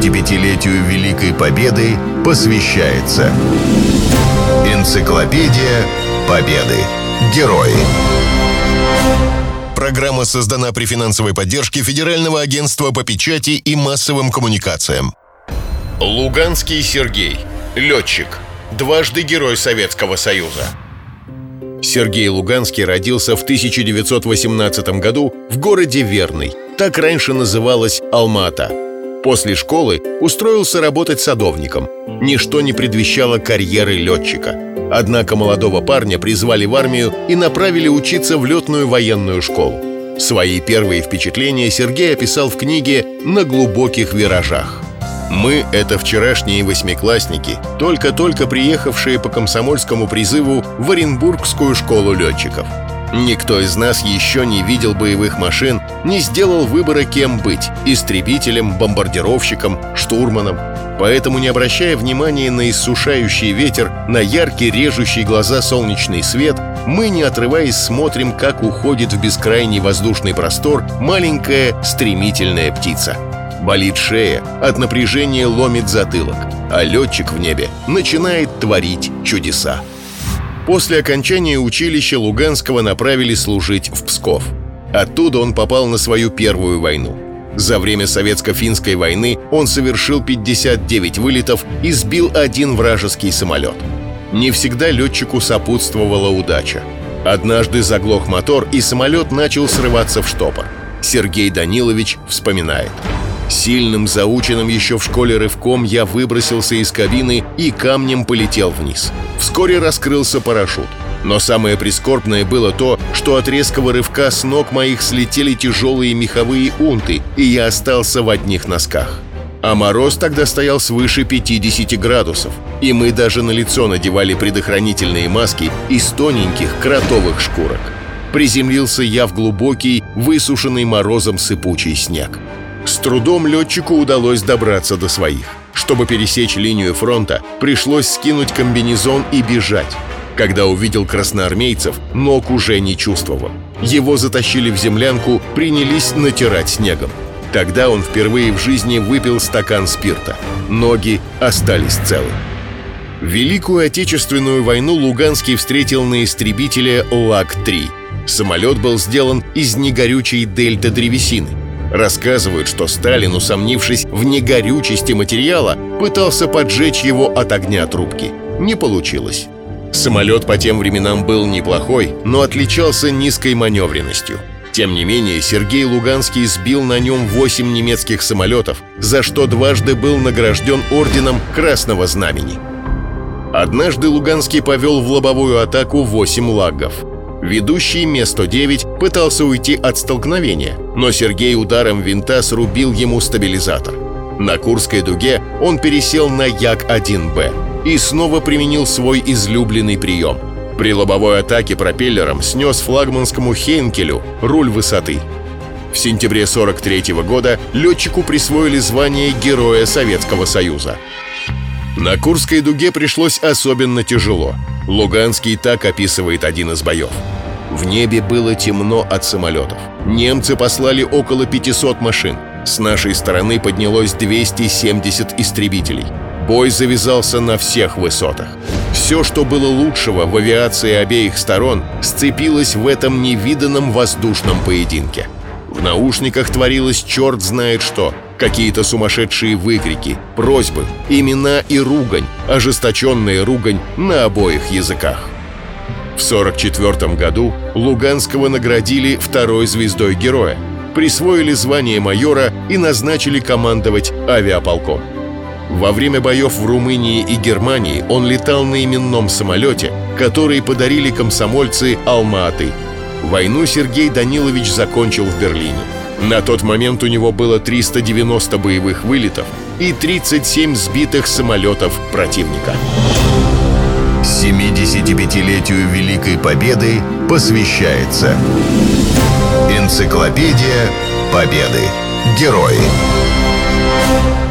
75-летию Великой Победы посвящается Энциклопедия Победы. Герои. Программа создана при финансовой поддержке Федерального агентства по печати и массовым коммуникациям. Луганский Сергей. Летчик. Дважды Герой Советского Союза. Сергей Луганский родился в 1918 году в городе Верный. Так раньше называлась Алма-Ата. После школы устроился работать садовником. Ничто не предвещало карьеры летчика. Однако молодого парня призвали в армию и направили учиться в летную военную школу. Свои первые впечатления Сергей описал в книге «На глубоких виражах». Мы — это вчерашние восьмиклассники, только-только приехавшие по комсомольскому призыву в Оренбургскую школу летчиков. Никто из нас еще не видел боевых машин, не сделал выбора, кем быть — истребителем, бомбардировщиком, штурманом. Поэтому, не обращая внимания на иссушающий ветер, на яркий, режущий глаза солнечный свет, мы, не отрываясь, смотрим, как уходит в бескрайний воздушный простор маленькая стремительная птица. Болит шея, от напряжения ломит затылок, а летчик в небе начинает творить чудеса. После окончания училища Луганского направили служить в Псков. Оттуда он попал на свою первую войну. За время Советско-финской войны он совершил 59 вылетов и сбил один вражеский самолет. Не всегда летчику сопутствовала удача. Однажды заглох мотор, и самолет начал срываться в штопор. Сергей Данилович вспоминает: «Сильным, заученным еще в школе рывком я выбросился из кабины и камнем полетел вниз. Вскоре раскрылся парашют. Но самое прискорбное было то, что от резкого рывка с ног моих слетели тяжелые меховые унты, и я остался в одних носках. А мороз тогда стоял свыше 50 градусов, и мы даже на лицо надевали предохранительные маски из тоненьких кротовых шкурок. Приземлился я в глубокий, высушенный морозом сыпучий снег. С трудом летчику удалось добраться до своих. Чтобы пересечь линию фронта, пришлось скинуть комбинезон и бежать. Когда увидел красноармейцев, ног уже не чувствовал. Его затащили в землянку, принялись натирать снегом. Тогда он впервые в жизни выпил стакан спирта. Ноги остались целы. Великую Отечественную войну Луганский встретил на истребителе Лак-3. Самолет был сделан из негорючей дельта-древесины. Рассказывают, что Сталин, усомнившись в негорючести материала, пытался поджечь его от огня трубки. Не получилось. Самолет по тем временам был неплохой, но отличался низкой маневренностью. Тем не менее, Сергей Луганский сбил на нем 8 немецких самолетов, за что дважды был награжден орденом Красного Знамени. Однажды Луганский повел в лобовую атаку 8 лаггов. Ведущий Ме-109 пытался уйти от столкновения, но Сергей ударом винта срубил ему стабилизатор. На Курской дуге он пересел на Як-1Б и снова применил свой излюбленный прием. При лобовой атаке пропеллером снес флагманскому Хейнкелю руль высоты. В сентябре 1943 года летчику присвоили звание Героя Советского Союза. На Курской дуге пришлось особенно тяжело. Луганский так описывает один из боев: «В небе было темно от самолетов. Немцы послали около 500 машин. С нашей стороны поднялось 270 истребителей. Бой завязался на всех высотах. Все, что было лучшего в авиации обеих сторон, сцепилось в этом невиданном воздушном поединке. В наушниках творилось черт знает что. Какие-то сумасшедшие выкрики, просьбы, имена и ругань, ожесточенная ругань на обоих языках». В 1944 году Луганского наградили второй звездой Героя, присвоили звание майора и назначили командовать авиаполком. Во время боев в Румынии и Германии он летал на именном самолете, который подарили комсомольцы Алма-Аты. Войну Сергей Данилович закончил в Берлине. На тот момент у него было 390 боевых вылетов и 37 сбитых самолетов противника. 75-летию Великой Победы посвящается Энциклопедия Победы. Герои.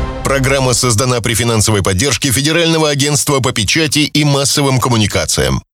Программа создана при финансовой поддержке Федерального агентства по печати и массовым коммуникациям.